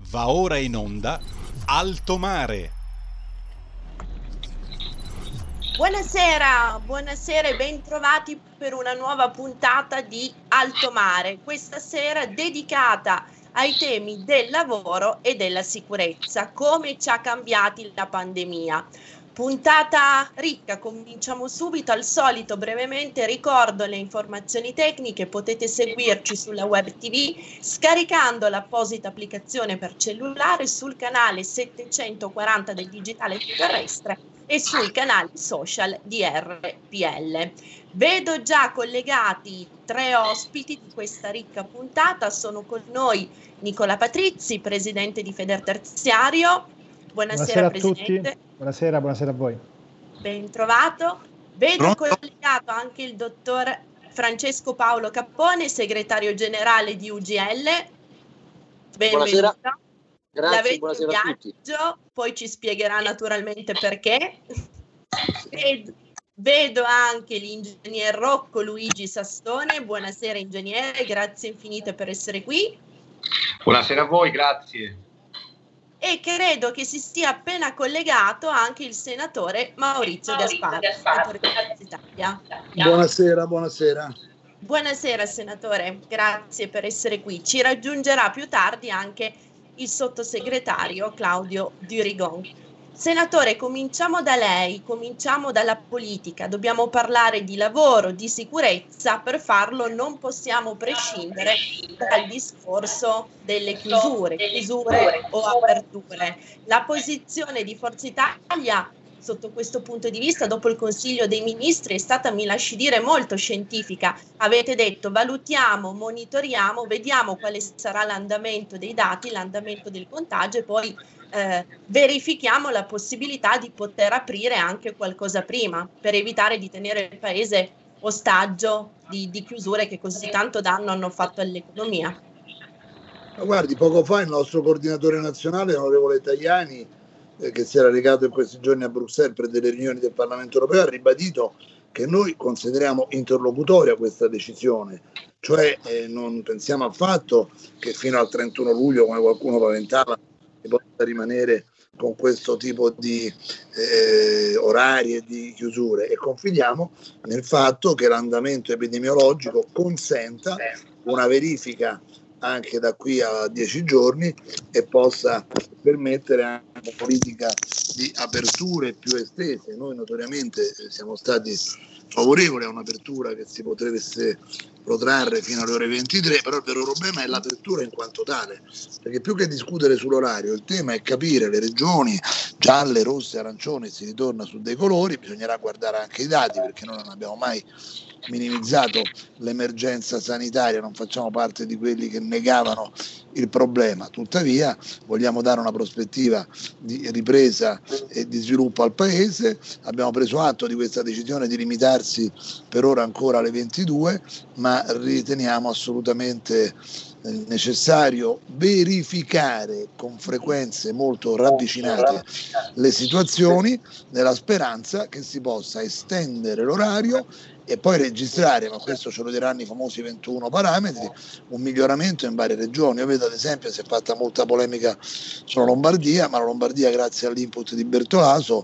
Va ora in onda Alto Mare. Buonasera e ben trovati per una nuova puntata di Alto Mare, questa sera dedicata ai temi del lavoro e della sicurezza, come ci ha cambiati la pandemia. Puntata ricca, cominciamo subito. Al solito brevemente ricordo le informazioni tecniche: potete seguirci sulla web TV scaricando l'apposita applicazione per cellulare sul canale 740 del digitale terrestre e sui canali social di RPL. Vedo già collegati tre ospiti di questa ricca puntata. Sono con noi Nicola Patrizzi, presidente di Federterziario. Buonasera a Presidente. tutti, buonasera a voi. Ben trovato. Vedo collegato anche il dottor Francesco Paolo Cappone, segretario generale di UGL. Benvenuto. Buonasera. Grazie, buonasera a tutti. Poi ci spiegherà naturalmente perché. Vedo anche l'ingegner Rocco Luigi Sassone. Buonasera ingegnere, grazie infinite per essere qui. Buonasera a voi, grazie. E credo che si sia appena collegato anche il senatore Maurizio Gasparri, senatore di Forza Italia. Buonasera. Buonasera senatore, grazie per essere qui. Ci raggiungerà più tardi anche il sottosegretario Claudio Durigon. Senatore, cominciamo da lei, cominciamo dalla politica. Dobbiamo parlare di lavoro, di sicurezza. Per farlo non possiamo prescindere dal discorso delle chiusure o aperture. La posizione di Forza Italia sotto questo punto di vista, dopo il Consiglio dei Ministri, è stata, mi lasci dire, molto scientifica. Avete detto: valutiamo, monitoriamo, vediamo quale sarà l'andamento dei dati, l'andamento del contagio e poi verifichiamo la possibilità di poter aprire anche qualcosa prima, per evitare di tenere il paese ostaggio di chiusure che così tanto danno hanno fatto all'economia. Guardi, poco fa il nostro coordinatore nazionale, onorevole Tajani, che si era recato in questi giorni a Bruxelles per delle riunioni del Parlamento europeo, ha ribadito che noi consideriamo interlocutoria questa decisione, cioè non pensiamo affatto che fino al 31 luglio, come qualcuno paventava, si possa rimanere con questo tipo di orari e di chiusure, e confidiamo nel fatto che l'andamento epidemiologico consenta una verifica anche da qui a 10 giorni e possa permettere anche una politica di aperture più estese. Noi notoriamente siamo stati favorevoli a un'apertura che si potesse protrarre fino alle ore 23, però il vero problema è l'apertura in quanto tale, perché più che discutere sull'orario il tema è capire le regioni gialle, rosse, arancioni, si ritorna su dei colori. Bisognerà guardare anche i dati, perché noi non abbiamo mai minimizzato l'emergenza sanitaria, non facciamo parte di quelli che negavano il problema. Tuttavia vogliamo dare una prospettiva di ripresa e di sviluppo al Paese. Abbiamo preso atto di questa decisione di limitarsi per ora ancora alle 22, ma riteniamo assolutamente necessario verificare con frequenze molto ravvicinate le situazioni, nella speranza che si possa estendere l'orario e poi registrare, ma questo ce lo diranno i famosi 21 parametri, un miglioramento in varie regioni. Io vedo ad esempio, si è fatta molta polemica sulla Lombardia, ma la Lombardia, grazie all'input di Bertolaso,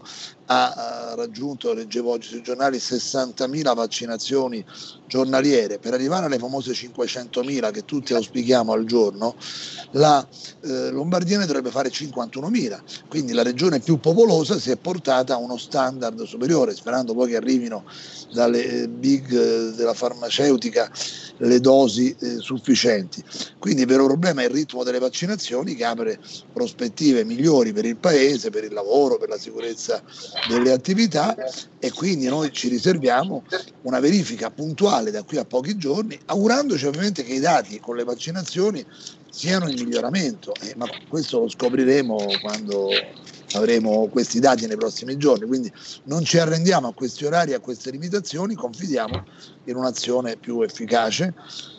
ha raggiunto, leggevo oggi sui giornali, 60.000 vaccinazioni giornaliere. Per arrivare alle famose 500.000 che tutti auspichiamo al giorno, la Lombardia ne dovrebbe fare 51.000, quindi la regione più popolosa si è portata a uno standard superiore, sperando poi che arrivino dalle big della farmaceutica le dosi sufficienti. Quindi il vero problema è il ritmo delle vaccinazioni, che apre prospettive migliori per il Paese, per il lavoro, per la sicurezza delle attività, e quindi noi ci riserviamo una verifica puntuale da qui a pochi giorni, augurandoci ovviamente che i dati con le vaccinazioni siano in miglioramento, ma questo lo scopriremo quando avremo questi dati nei prossimi giorni. Quindi non ci arrendiamo a questi orari, a queste limitazioni, confidiamo in un'azione più efficace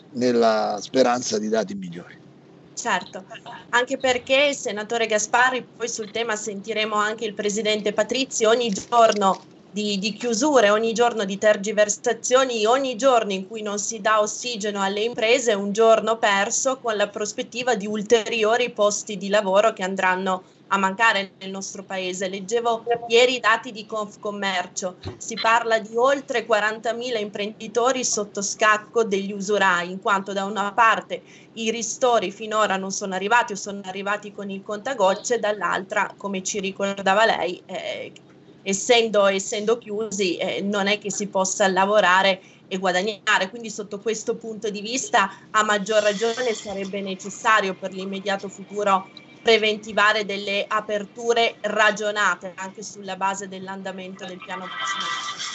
nella speranza di dati migliori. Certo, anche perché, senatore Gasparri, poi sul tema sentiremo anche il presidente Patrizzi, ogni giorno di chiusure, ogni giorno di tergiversazioni, ogni giorno in cui non si dà ossigeno alle imprese è un giorno perso, con la prospettiva di ulteriori posti di lavoro che andranno a mancare nel nostro paese. Leggevo ieri i dati di Confcommercio, si parla di oltre 40.000 imprenditori sotto scacco degli usurai, in quanto da una parte i ristori finora non sono arrivati o sono arrivati con il contagocce, dall'altra, come ci ricordava lei, essendo chiusi, non è che si possa lavorare e guadagnare. Quindi sotto questo punto di vista, a maggior ragione, sarebbe necessario per l'immediato futuro preventivare delle aperture ragionate anche sulla base dell'andamento del piano vaccinale.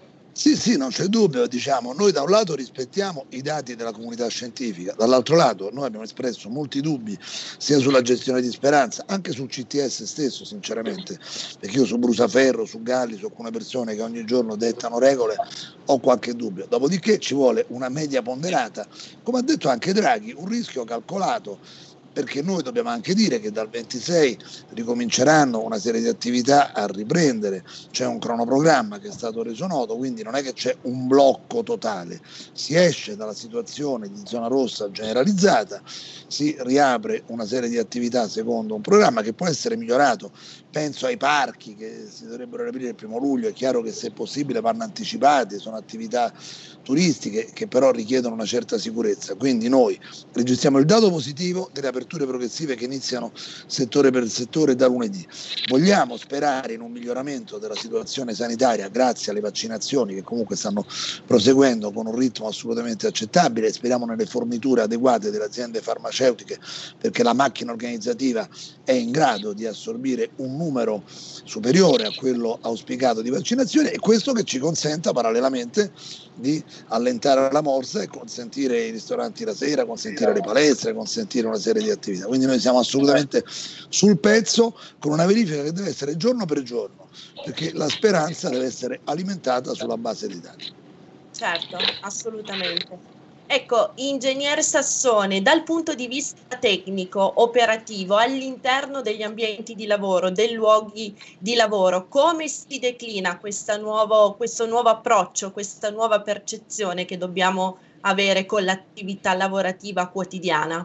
Sì, non c'è dubbio, diciamo, noi da un lato rispettiamo i dati della comunità scientifica, dall'altro lato noi abbiamo espresso molti dubbi sia sulla gestione di Speranza, anche sul CTS stesso, sinceramente, perché io su Brusaferro, su Galli, su alcune persone che ogni giorno dettano regole, ho qualche dubbio. Dopodiché ci vuole una media ponderata, come ha detto anche Draghi, un rischio calcolato, perché noi dobbiamo anche dire che dal 26 ricominceranno una serie di attività a riprendere, c'è un cronoprogramma che è stato reso noto, quindi non è che c'è un blocco totale, si esce dalla situazione di zona rossa generalizzata, si riapre una serie di attività secondo un programma che può essere migliorato. Penso ai parchi che si dovrebbero riaprire il 1° luglio, è chiaro che se possibile vanno anticipati, sono attività turistiche che però richiedono una certa sicurezza, quindi noi registriamo il dato positivo delle aperture progressive che iniziano settore per settore da lunedì. Vogliamo sperare in un miglioramento della situazione sanitaria grazie alle vaccinazioni che comunque stanno proseguendo con un ritmo assolutamente accettabile, e speriamo nelle forniture adeguate delle aziende farmaceutiche, perché la macchina organizzativa è in grado di assorbire un numero superiore a quello auspicato di vaccinazioni, e questo che ci consenta parallelamente di allentare la morsa e consentire i ristoranti la sera, consentire le palestre, consentire una serie di attività. Quindi noi siamo assolutamente sul pezzo, con una verifica che deve essere giorno per giorno, perché la speranza deve essere alimentata sulla base dei dati. Certo, assolutamente. Ecco, ingegner Sassone, dal punto di vista tecnico, operativo, all'interno degli ambienti di lavoro, dei luoghi di lavoro, come si declina questo nuovo approccio, questa nuova percezione che dobbiamo avere con l'attività lavorativa quotidiana?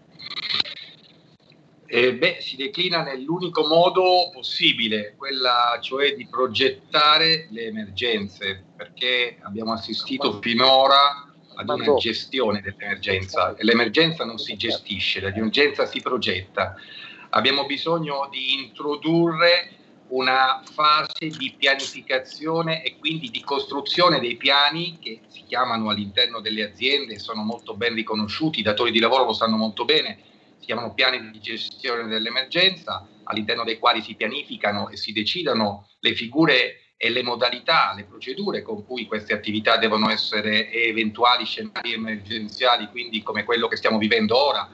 Si declina nell'unico modo possibile, quella cioè di progettare le emergenze, perché abbiamo assistito finora ad una gestione dell'emergenza, e l'emergenza non si gestisce, l'emergenza si progetta. Abbiamo bisogno di introdurre una fase di pianificazione e quindi di costruzione dei piani che si chiamano all'interno delle aziende, sono molto ben riconosciuti, i datori di lavoro lo sanno molto bene, si chiamano piani di gestione dell'emergenza, all'interno dei quali si pianificano e si decidono le figure e le modalità, le procedure con cui queste attività devono essere, e eventuali scenari emergenziali, quindi come quello che stiamo vivendo ora,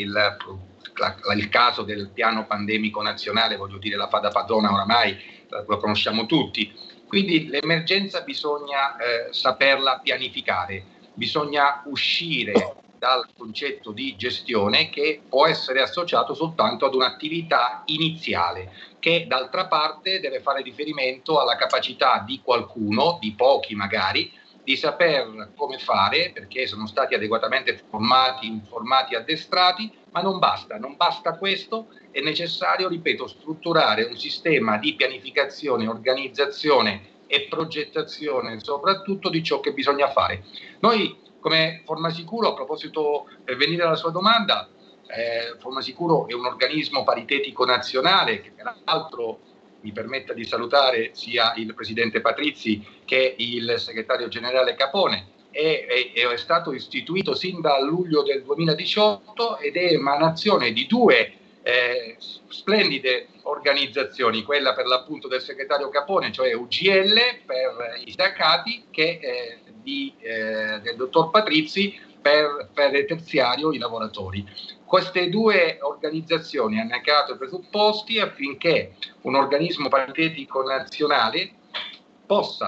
il caso del piano pandemico nazionale, voglio dire, la fa da padrona oramai, lo conosciamo tutti. Quindi l'emergenza bisogna saperla pianificare, bisogna uscire dal concetto di gestione che può essere associato soltanto ad un'attività iniziale, che d'altra parte deve fare riferimento alla capacità di qualcuno, di pochi magari, di saper come fare, perché sono stati adeguatamente formati, informati, addestrati, ma non basta questo, è necessario, ripeto, strutturare un sistema di pianificazione, organizzazione e progettazione soprattutto di ciò che bisogna fare. Noi come Formasicuro, a proposito, per venire alla sua domanda, Formasicuro è un organismo paritetico nazionale che peraltro mi permetta di salutare sia il presidente Patrizzi che il segretario generale Capone, è stato istituito sin dal luglio del 2018 ed è emanazione di due splendide organizzazioni, quella per l'appunto del segretario Capone, cioè UGL per i sindacati, che del dottor Patrizzi per il terziario, i lavoratori. Queste due organizzazioni hanno creato i presupposti affinché un organismo paritetico nazionale possa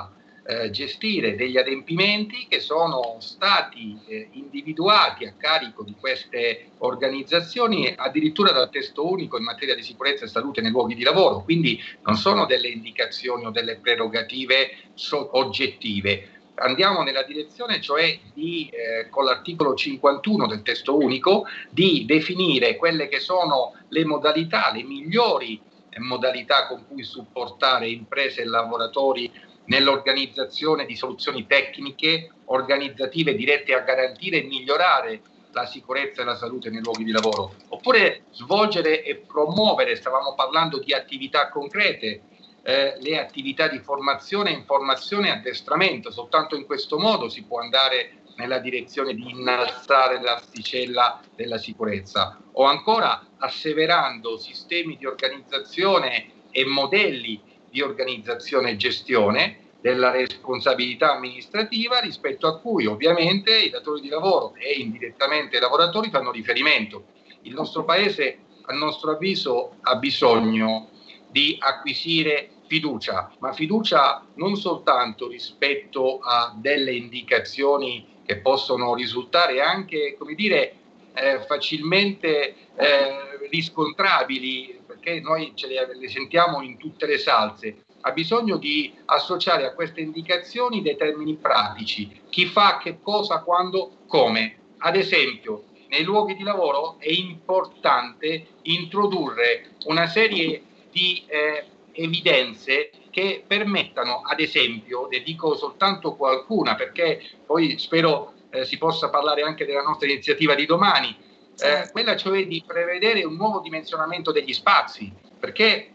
gestire degli adempimenti che sono stati individuati a carico di queste organizzazioni addirittura dal testo unico in materia di sicurezza e salute nei luoghi di lavoro, quindi non sono delle indicazioni o delle prerogative oggettive. Andiamo nella direzione, cioè con l'articolo 51 del testo unico, di definire quelle che sono le modalità, le migliori modalità con cui supportare imprese e lavoratori nell'organizzazione di soluzioni tecniche, organizzative dirette a garantire e migliorare la sicurezza e la salute nei luoghi di lavoro, oppure svolgere e promuovere, stavamo parlando di attività concrete, le attività di formazione, informazione e addestramento. Soltanto in questo modo si può andare nella direzione di innalzare l'asticella della sicurezza, o ancora asseverando sistemi di organizzazione e modelli di organizzazione e gestione della responsabilità amministrativa, rispetto a cui ovviamente i datori di lavoro e indirettamente i lavoratori fanno riferimento. Il nostro Paese, a nostro avviso, ha bisogno di acquisire fiducia, ma fiducia non soltanto rispetto a delle indicazioni che possono risultare anche, come dire, facilmente riscontrabili, perché noi le sentiamo in tutte le salse. Ha bisogno di associare a queste indicazioni dei termini pratici: chi fa che cosa, quando, come. Ad esempio, nei luoghi di lavoro è importante introdurre una serie di evidenze che permettano, ad esempio, ne dico soltanto qualcuna, perché poi spero si possa parlare anche della nostra iniziativa di domani, quella cioè di prevedere un nuovo dimensionamento degli spazi, perché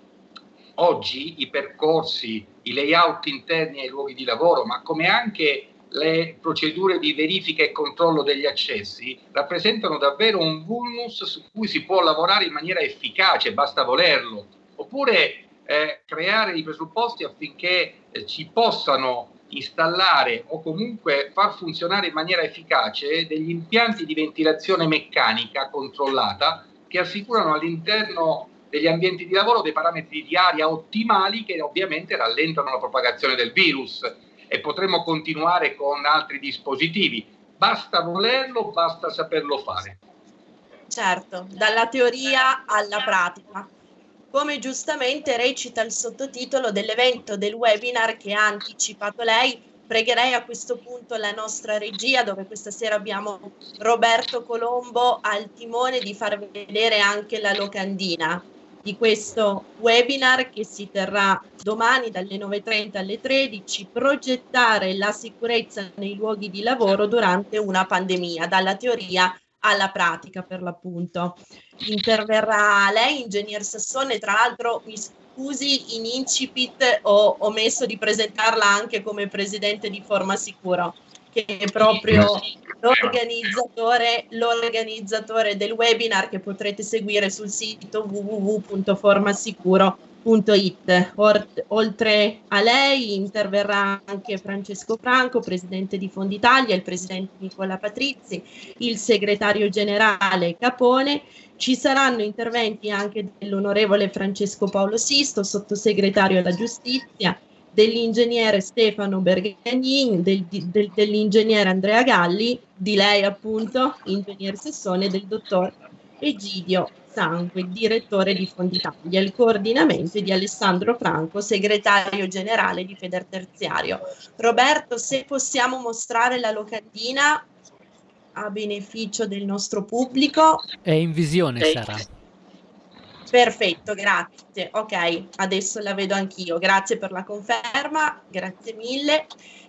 oggi i percorsi, i layout interni ai luoghi di lavoro, ma come anche le procedure di verifica e controllo degli accessi, rappresentano davvero un vulnus su cui si può lavorare in maniera efficace, basta volerlo, oppure creare i presupposti affinché ci possano installare o comunque far funzionare in maniera efficace degli impianti di ventilazione meccanica controllata che assicurano all'interno degli ambienti di lavoro dei parametri di aria ottimali che ovviamente rallentano la propagazione del virus, e potremo continuare con altri dispositivi. Basta volerlo, basta saperlo fare. Certo, dalla teoria alla pratica. Come giustamente recita il sottotitolo dell'evento, del webinar che ha anticipato lei, pregherei a questo punto la nostra regia, dove questa sera abbiamo Roberto Colombo al timone, di far vedere anche la locandina di questo webinar che si terrà domani dalle 9:30 alle 13, progettare la sicurezza nei luoghi di lavoro durante una pandemia, dalla teoria alla pratica per l'appunto. Interverrà lei, ingegner Sassone. Tra l'altro mi scusi, in incipit ho omesso di presentarla anche come presidente di Forma Sicuro, che è proprio l'organizzatore del webinar, che potrete seguire sul sito www.formasicuro.it. Oltre a lei interverrà anche Francesco Franco, presidente di Fonditalia, il presidente Nicola Patrizzi, il segretario generale Capone. Ci saranno interventi anche dell'onorevole Francesco Paolo Sisto, sottosegretario alla giustizia, dell'ingegnere Stefano Bergagnin, dell'ingegnere Andrea Galli, di lei appunto, ingegner Sassone, del dottor Egidio Sangue, direttore di Fonditalia. Il coordinamento è di Alessandro Franco, segretario generale di Federterziario. Roberto, se possiamo mostrare la locandina a beneficio del nostro pubblico. È in visione, Sara. Perfetto, grazie. Ok, adesso la vedo anch'io. Grazie per la conferma, grazie mille.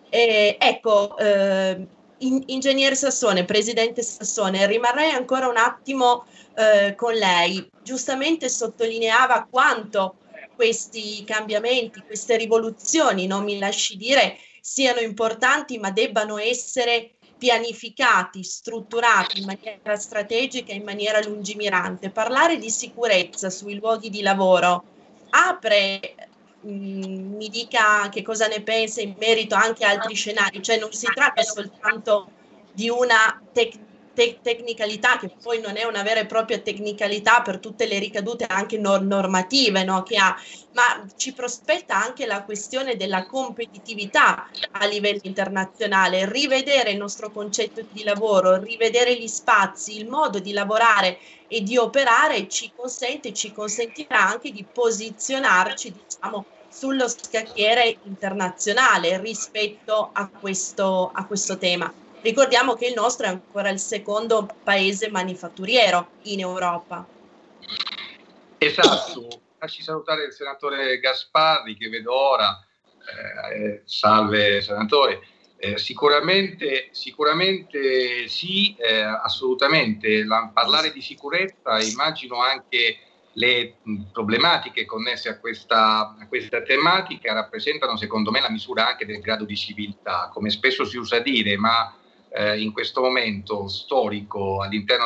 Ingegner Sassone, presidente Sassone, rimarrei ancora un attimo con lei. Giustamente sottolineava quanto questi cambiamenti, queste rivoluzioni, non mi lasci dire, siano importanti, ma debbano essere pianificati, strutturati in maniera strategica e in maniera lungimirante. Parlare di sicurezza sui luoghi di lavoro apre, mi dica che cosa ne pensa in merito anche a altri scenari, cioè non si tratta soltanto di una tecnicalità, che poi non è una vera e propria tecnicalità per tutte le ricadute anche normative, no, che ha, ma ci prospetta anche la questione della competitività a livello internazionale, rivedere il nostro concetto di lavoro, rivedere gli spazi, il modo di lavorare e di operare ci consentirà anche di posizionarci, diciamo, sullo scacchiere internazionale rispetto a questo tema. Ricordiamo che il nostro è ancora il secondo paese manifatturiero in Europa. Esatto, lasci salutare il senatore Gasparri che vedo ora. Salve senatore. Sicuramente sì, assolutamente. Parlare di sicurezza, immagino anche le problematiche connesse a questa tematica rappresentano secondo me la misura anche del grado di civiltà, come spesso si usa dire, ma in questo momento storico all'interno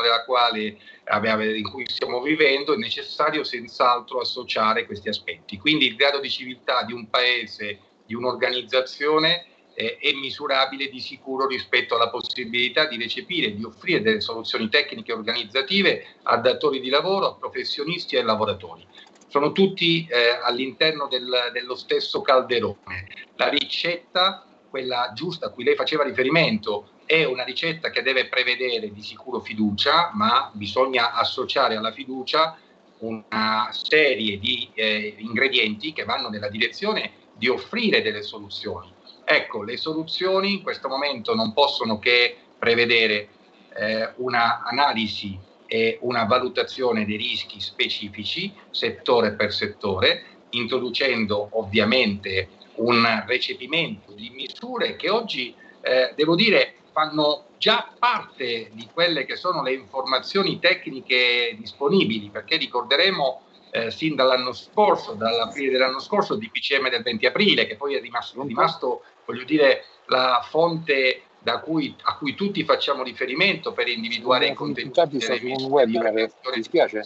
in cui stiamo vivendo è necessario senz'altro associare questi aspetti. Quindi il grado di civiltà di un paese, di un'organizzazione è misurabile di sicuro rispetto alla possibilità di recepire, di offrire delle soluzioni tecniche e organizzative a datori di lavoro, a professionisti e ai lavoratori. Sono tutti all'interno dello stesso calderone. La ricetta, quella giusta a cui lei faceva riferimento, è una ricetta che deve prevedere di sicuro fiducia, ma bisogna associare alla fiducia una serie di ingredienti che vanno nella direzione di offrire delle soluzioni. Ecco, le soluzioni in questo momento non possono che prevedere una analisi e una valutazione dei rischi specifici, settore per settore, introducendo ovviamente un recepimento di misure che oggi, devo dire, fanno già parte di quelle che sono le informazioni tecniche disponibili, perché ricorderemo sin dall'anno scorso, dall'aprile dell'anno scorso, il DPCM del 20 aprile, che poi è rimasto, voglio dire, la fonte a cui tutti facciamo riferimento per individuare i contenuti delle webinar, ti spiace?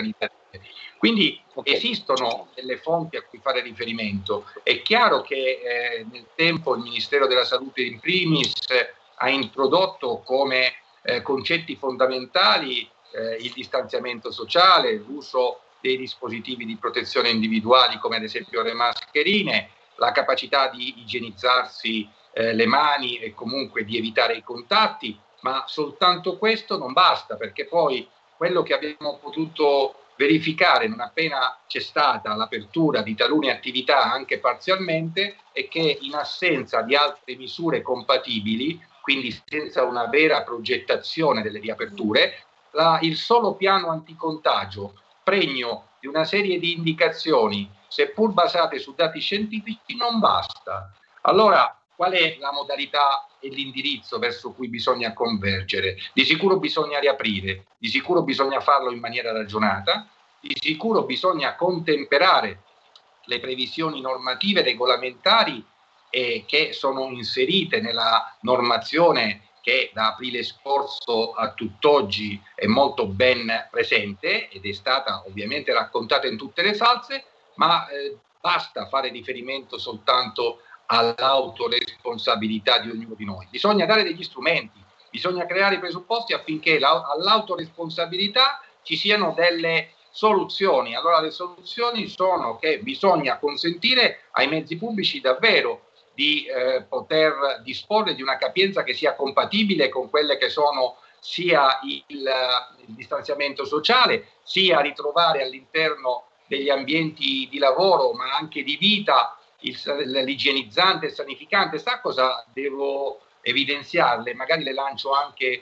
Quindi esistono delle fonti a cui fare riferimento. È chiaro che nel tempo il Ministero della Salute in primis ha introdotto come concetti fondamentali il distanziamento sociale, l'uso dei dispositivi di protezione individuali come ad esempio le mascherine, la capacità di igienizzarsi le mani e comunque di evitare i contatti, ma soltanto questo non basta, perché poi quello che abbiamo potuto verificare non appena c'è stata l'apertura di talune attività anche parzialmente è che in assenza di altre misure compatibili, quindi senza una vera progettazione delle riaperture, il solo piano anticontagio pregno di una serie di indicazioni, seppur basate su dati scientifici, non basta. Allora, qual è la modalità e l'indirizzo verso cui bisogna convergere? Di sicuro bisogna riaprire, di sicuro bisogna farlo in maniera ragionata, di sicuro bisogna contemperare le previsioni normative regolamentari che sono inserite nella normazione che da aprile scorso a tutt'oggi è molto ben presente ed è stata ovviamente raccontata in tutte le salse, ma basta fare riferimento soltanto all'autoresponsabilità di ognuno di noi. Bisogna dare degli strumenti, bisogna creare i presupposti affinché all'autoresponsabilità ci siano delle soluzioni. Allora le soluzioni sono che bisogna consentire ai mezzi pubblici davvero di poter disporre di una capienza che sia compatibile con quelle che sono sia il distanziamento sociale, sia ritrovare all'interno degli ambienti di lavoro, ma anche di vita, l'igienizzante, il sanificante. Sa cosa devo evidenziarle? Magari le lancio anche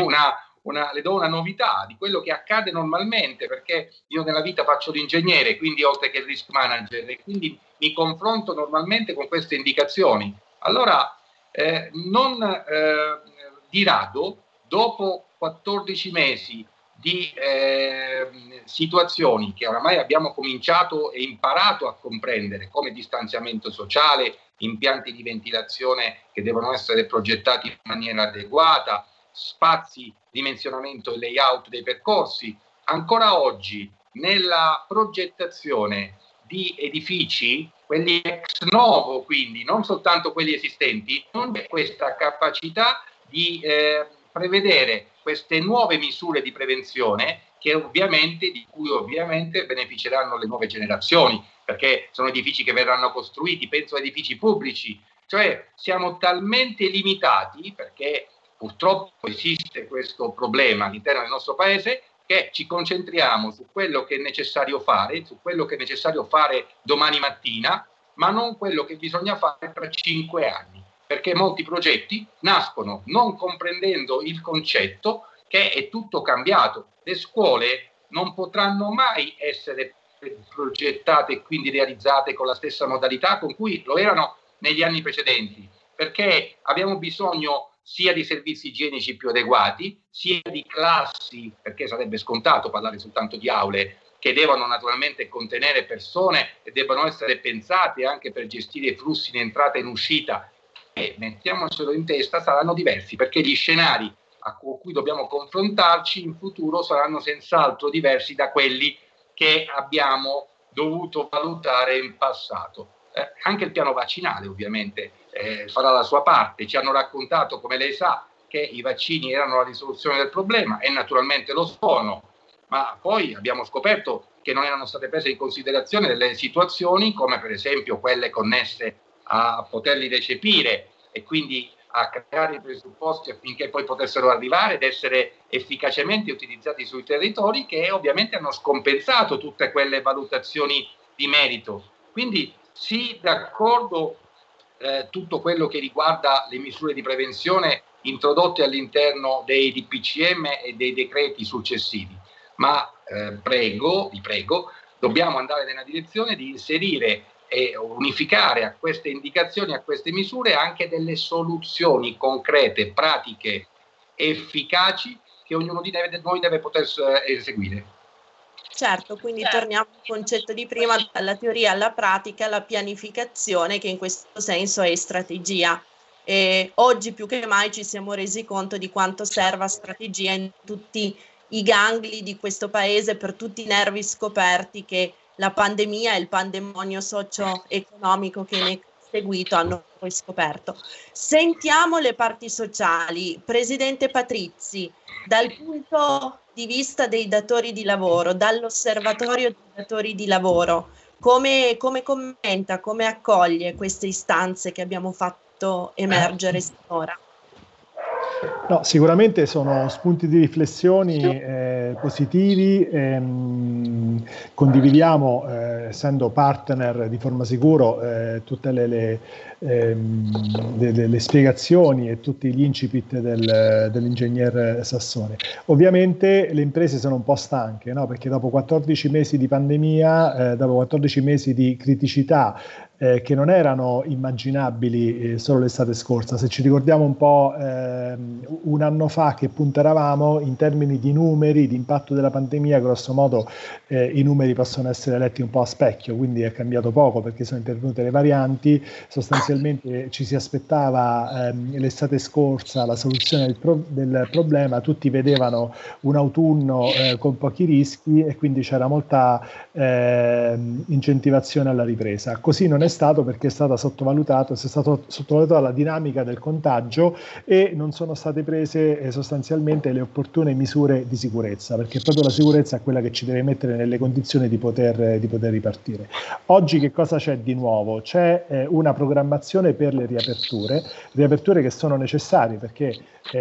le do una novità di quello che accade normalmente, perché io nella vita faccio l'ingegnere, quindi oltre che il risk manager, e quindi mi confronto normalmente con queste indicazioni. Allora, non di rado, dopo 14 mesi di situazioni che oramai abbiamo cominciato e imparato a comprendere, come distanziamento sociale, impianti di ventilazione che devono essere progettati in maniera adeguata, spazi, dimensionamento e layout dei percorsi, ancora oggi nella progettazione di edifici, quelli ex novo, quindi non soltanto quelli esistenti, non c'è questa capacità di prevedere queste nuove misure di prevenzione di cui ovviamente beneficeranno le nuove generazioni, perché sono edifici che verranno costruiti, penso a edifici pubblici, cioè siamo talmente limitati, perché purtroppo esiste questo problema all'interno del nostro paese, che ci concentriamo su quello che è necessario fare, domani mattina, ma non quello che bisogna fare tra 5 anni, perché molti progetti nascono non comprendendo il concetto che è tutto cambiato. Le scuole non potranno mai essere progettate e quindi realizzate con la stessa modalità con cui lo erano negli anni precedenti, perché abbiamo bisogno sia di servizi igienici più adeguati, sia di classi, perché sarebbe scontato parlare soltanto di aule che devono naturalmente contenere persone e debbano essere pensate anche per gestire i flussi in entrata e in uscita, e mettiamocelo in testa, saranno diversi, perché gli scenari con cui dobbiamo confrontarci in futuro saranno senz'altro diversi da quelli che abbiamo dovuto valutare in passato. Anche il piano vaccinale ovviamente farà la sua parte. Ci hanno raccontato, come lei sa, che i vaccini erano la risoluzione del problema, e naturalmente lo sono, ma poi abbiamo scoperto che non erano state prese in considerazione delle situazioni come per esempio quelle connesse a poterli recepire e quindi a creare i presupposti affinché poi potessero arrivare ed essere efficacemente utilizzati sui territori, che ovviamente hanno scompensato tutte quelle valutazioni di merito. Quindi sì, d'accordo, tutto quello che riguarda le misure di prevenzione introdotte all'interno dei DPCM e dei decreti successivi, ma vi prego, dobbiamo andare nella direzione di inserire e unificare a queste indicazioni, a queste misure, anche delle soluzioni concrete, pratiche, efficaci, che ognuno di noi deve poter eseguire. Certo, quindi torniamo al concetto di prima, dalla teoria alla pratica, alla pianificazione, che in questo senso è strategia. E oggi più che mai ci siamo resi conto di quanto serva strategia in tutti i gangli di questo paese, per tutti i nervi scoperti che la pandemia e il pandemonio socio-economico che ne è seguito hanno poi scoperto. Sentiamo le parti sociali. Presidente Patrizzi, dal punto di vista dei datori di lavoro, dall'osservatorio dei datori di lavoro, come commenta, come accoglie queste istanze che abbiamo fatto emergere sinora? No, sicuramente sono spunti di riflessioni positivi, condividiamo, essendo partner di Forma Sicuro, tutte le spiegazioni e tutti gli incipit dell'ingegner Sassone. Ovviamente le imprese sono un po' stanche, no? Perché dopo 14 mesi di pandemia, dopo 14 mesi di criticità, che non erano immaginabili solo l'estate scorsa. Se ci ricordiamo un po' un anno fa che punto eravamo in termini di numeri, di impatto della pandemia, grosso modo i numeri possono essere letti un po' a specchio, quindi è cambiato poco perché sono intervenute le varianti. Sostanzialmente ci si aspettava l'estate scorsa la soluzione del problema, tutti vedevano un autunno con pochi rischi e quindi c'era molta incentivazione alla ripresa. Così non è stato, perché è stata sottovalutata la dinamica del contagio e non sono state prese sostanzialmente le opportune misure di sicurezza, perché proprio la sicurezza è quella che ci deve mettere nelle condizioni di poter ripartire. Oggi che cosa c'è di nuovo? C'è una programmazione per le riaperture che sono necessarie, perché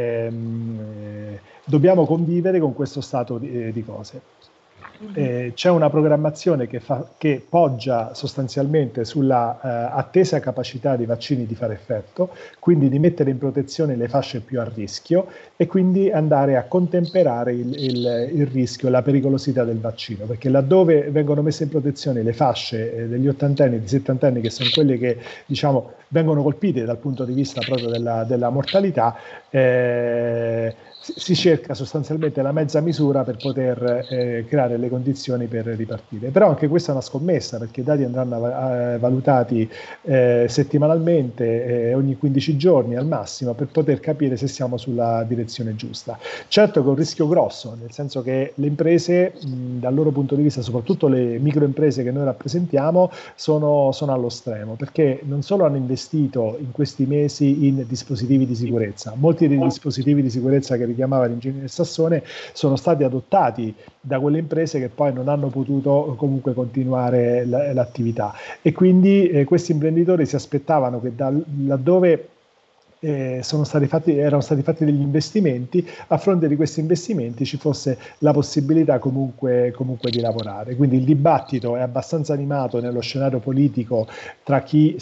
dobbiamo convivere con questo stato di cose. C'è una programmazione che poggia sostanzialmente sulla attesa capacità dei vaccini di fare effetto, quindi di mettere in protezione le fasce più a rischio e quindi andare a contemperare il rischio, la pericolosità del vaccino, perché laddove vengono messe in protezione le fasce degli 80 e dei 70 anni, che sono quelle che vengono colpite dal punto di vista proprio della mortalità, si cerca sostanzialmente la mezza misura per poter creare le condizioni per ripartire. Però anche questa è una scommessa, perché i dati andranno valutati settimanalmente, ogni 15 giorni al massimo, per poter capire se siamo sulla direzione giusta. Certo che è un rischio grosso, nel senso che le imprese, dal loro punto di vista, soprattutto le microimprese che noi rappresentiamo, sono allo stremo, perché non solo hanno investito in questi mesi in dispositivi di sicurezza, molti dei dispositivi di sicurezza che richiamava l'ingegnere Sassone sono stati adottati da quelle imprese che poi non hanno potuto comunque continuare l'attività, e quindi questi imprenditori si aspettavano che laddove erano stati fatti degli investimenti, a fronte di questi investimenti ci fosse la possibilità comunque di lavorare. Quindi il dibattito è abbastanza animato nello scenario politico tra chi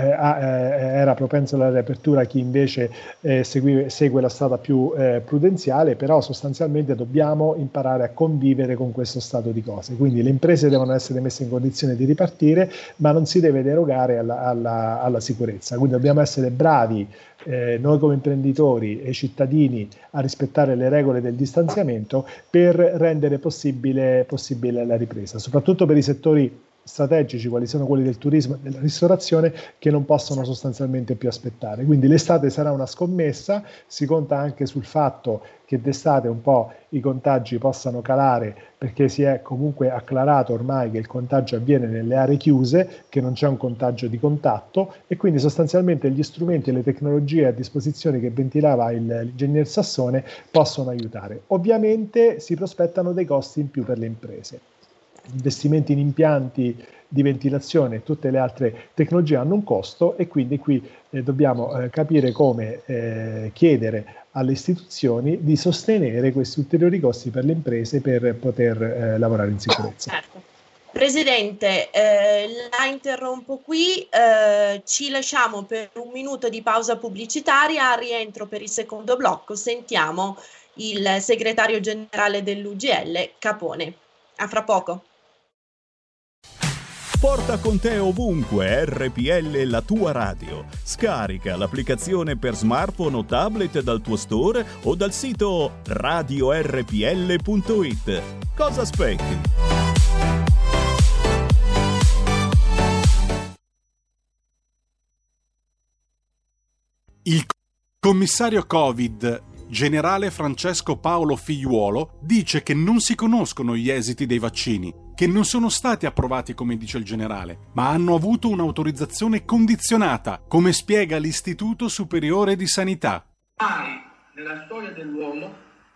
era propenso alla riapertura e chi invece segue la strada più prudenziale, però sostanzialmente dobbiamo imparare a convivere con questo stato di cose. Quindi le imprese devono essere messe in condizione di ripartire, ma non si deve derogare alla sicurezza. Quindi dobbiamo essere bravi, noi come imprenditori e cittadini, a rispettare le regole del distanziamento per rendere possibile la ripresa, soprattutto per i settori strategici quali sono quelli del turismo e della ristorazione, che non possono sostanzialmente più aspettare. Quindi l'estate sarà una scommessa, si conta anche sul fatto che d'estate un po' i contagi possano calare, perché si è comunque acclarato ormai che il contagio avviene nelle aree chiuse, che non c'è un contagio di contatto, e quindi sostanzialmente gli strumenti e le tecnologie a disposizione che ventilava l'ingegner Sassone possono aiutare. Ovviamente si prospettano dei costi in più per le imprese. Investimenti in impianti di ventilazione e tutte le altre tecnologie hanno un costo, e quindi qui dobbiamo capire come chiedere alle istituzioni di sostenere questi ulteriori costi per le imprese per poter lavorare in sicurezza. Certo. Presidente, la interrompo qui, ci lasciamo per un minuto di pausa pubblicitaria, a rientro per il secondo blocco sentiamo il segretario generale dell'UGL, Capone. A fra poco. Porta con te ovunque RPL, la tua radio. Scarica l'applicazione per smartphone o tablet dal tuo store o dal sito radiorpl.it. Cosa aspetti? Il commissario Covid, generale Francesco Paolo Figliuolo, dice che non si conoscono gli esiti dei vaccini, che non sono stati approvati come dice il generale, ma hanno avuto un'autorizzazione condizionata, come spiega l'Istituto Superiore di Sanità. Mai nella storia dell'uomo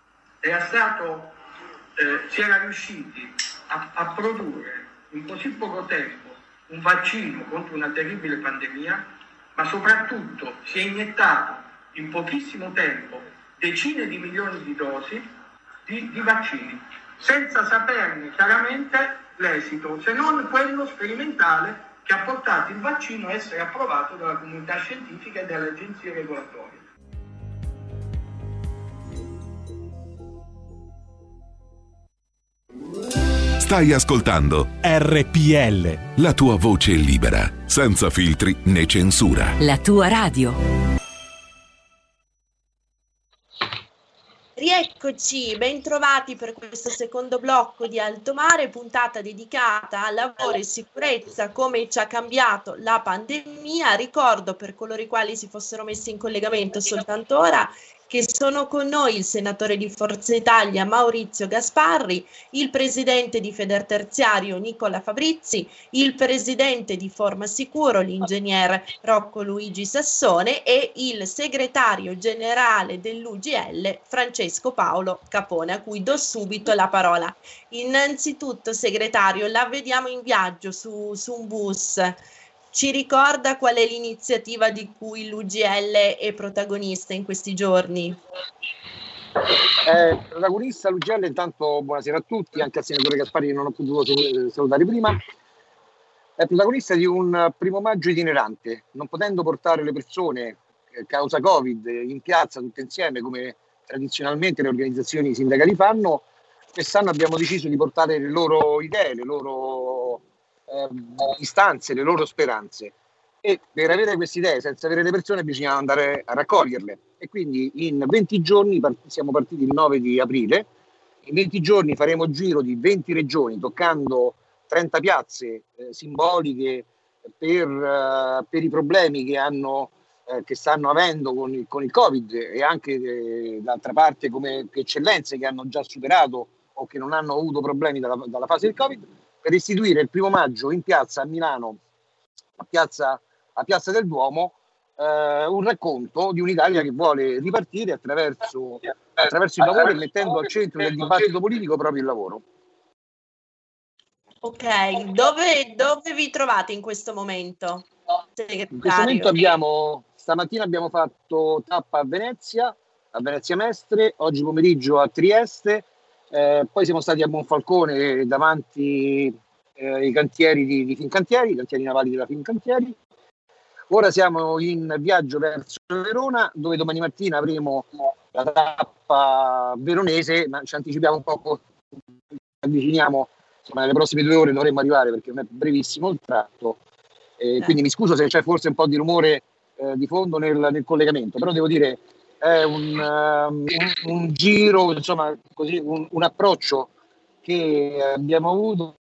si era riusciti a produrre in così poco tempo un vaccino contro una terribile pandemia, ma soprattutto si è iniettato in pochissimo tempo decine di milioni di dosi di vaccini, senza saperne chiaramente l'esito, se non quello sperimentale che ha portato il vaccino a essere approvato dalla comunità scientifica e dalle agenzie regolatorie. Stai ascoltando RPL, la tua voce libera, senza filtri né censura. La tua radio. Rieccoci, ben trovati per questo secondo blocco di Alto Mare, puntata dedicata al lavoro e sicurezza, come ci ha cambiato la pandemia. Ricordo, per coloro i quali si fossero messi in collegamento soltanto ora, che sono con noi il senatore di Forza Italia Maurizio Gasparri, il presidente di Federterziario Nicola Fabrizi, il presidente di Forma Sicuro l'ingegner Rocco Luigi Sassone e il segretario generale dell'UGL Francesco Paolo Capone, a cui do subito la parola. Innanzitutto, segretario, la vediamo in viaggio su un bus. Ci ricorda qual è l'iniziativa di cui l'UGL è protagonista in questi giorni? Protagonista l'UGL, intanto buonasera a tutti, anche al senatore Gasparri che non ho potuto salutare prima. È protagonista di un 1° maggio itinerante, non potendo portare le persone causa Covid in piazza tutte insieme come tradizionalmente le organizzazioni sindacali fanno. Quest'anno abbiamo deciso di portare le loro idee, le loro istanze, le loro speranze, e per avere queste idee senza avere le persone bisogna andare a raccoglierle, e quindi in 20 giorni, siamo partiti il 9 di aprile, in 20 giorni faremo il giro di 20 regioni, toccando 30 piazze simboliche per i problemi che stanno avendo con il Covid, e anche d'altra parte come eccellenze che hanno già superato o che non hanno avuto problemi dalla fase del Covid, per istituire il 1° maggio in piazza a Milano, a Piazza del Duomo, un racconto di un'Italia che vuole ripartire attraverso il lavoro e mettendo al centro del dibattito politico proprio il lavoro. Ok, dove vi trovate in questo momento, segretario? In questo momento stamattina abbiamo fatto tappa a Venezia Mestre, oggi pomeriggio a Trieste, poi siamo stati a Monfalcone davanti ai cantieri di Fincantieri, i cantieri navali della Fincantieri. Ora siamo in viaggio verso Verona, dove domani mattina avremo la tappa veronese, ma ci anticipiamo un po', avviciniamo, insomma nelle prossime 2 ore dovremmo arrivare perché è brevissimo il tratto, quindi mi scuso se c'è forse un po' di rumore di fondo nel collegamento, però devo dire è un giro, insomma così, un approccio che abbiamo avuto,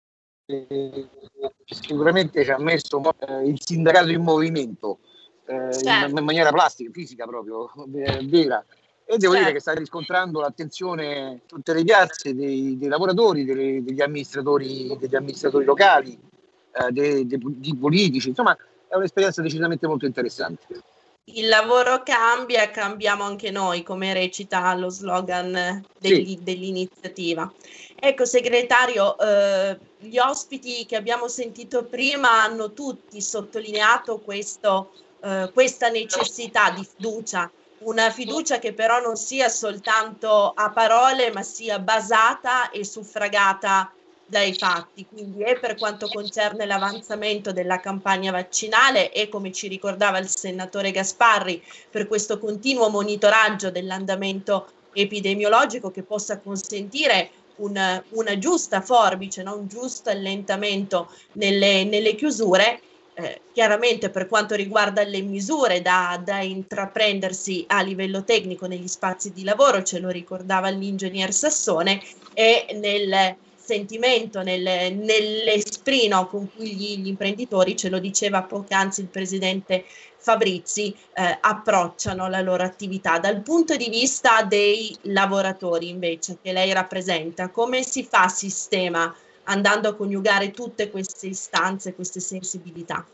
sicuramente ci ha messo il sindacato in movimento, in maniera plastica, fisica proprio, vera, e devo dire che sta riscontrando l'attenzione tutte le piazze dei lavoratori, degli amministratori locali, di politici, insomma è un'esperienza decisamente molto interessante. Il lavoro cambia, cambiamo anche noi, come recita lo slogan dell'iniziativa. Ecco, segretario, gli ospiti che abbiamo sentito prima hanno tutti sottolineato questa necessità di fiducia, una fiducia che però non sia soltanto a parole, ma sia basata e suffragata dai fatti. Quindi è per quanto concerne l'avanzamento della campagna vaccinale e, come ci ricordava il senatore Gasparri, per questo continuo monitoraggio dell'andamento epidemiologico che possa consentire una giusta forbice, un giusto allentamento nelle chiusure. Chiaramente per quanto riguarda le misure da intraprendersi a livello tecnico negli spazi di lavoro, ce lo ricordava l'ingegner Sassone, e nel sentimento, nell'esprino con cui gli imprenditori, ce lo diceva poc'anzi il presidente Fabrizi, approcciano la loro attività. Dal punto di vista dei lavoratori invece che lei rappresenta, come si fa sistema andando a coniugare tutte queste istanze, queste sensibilità?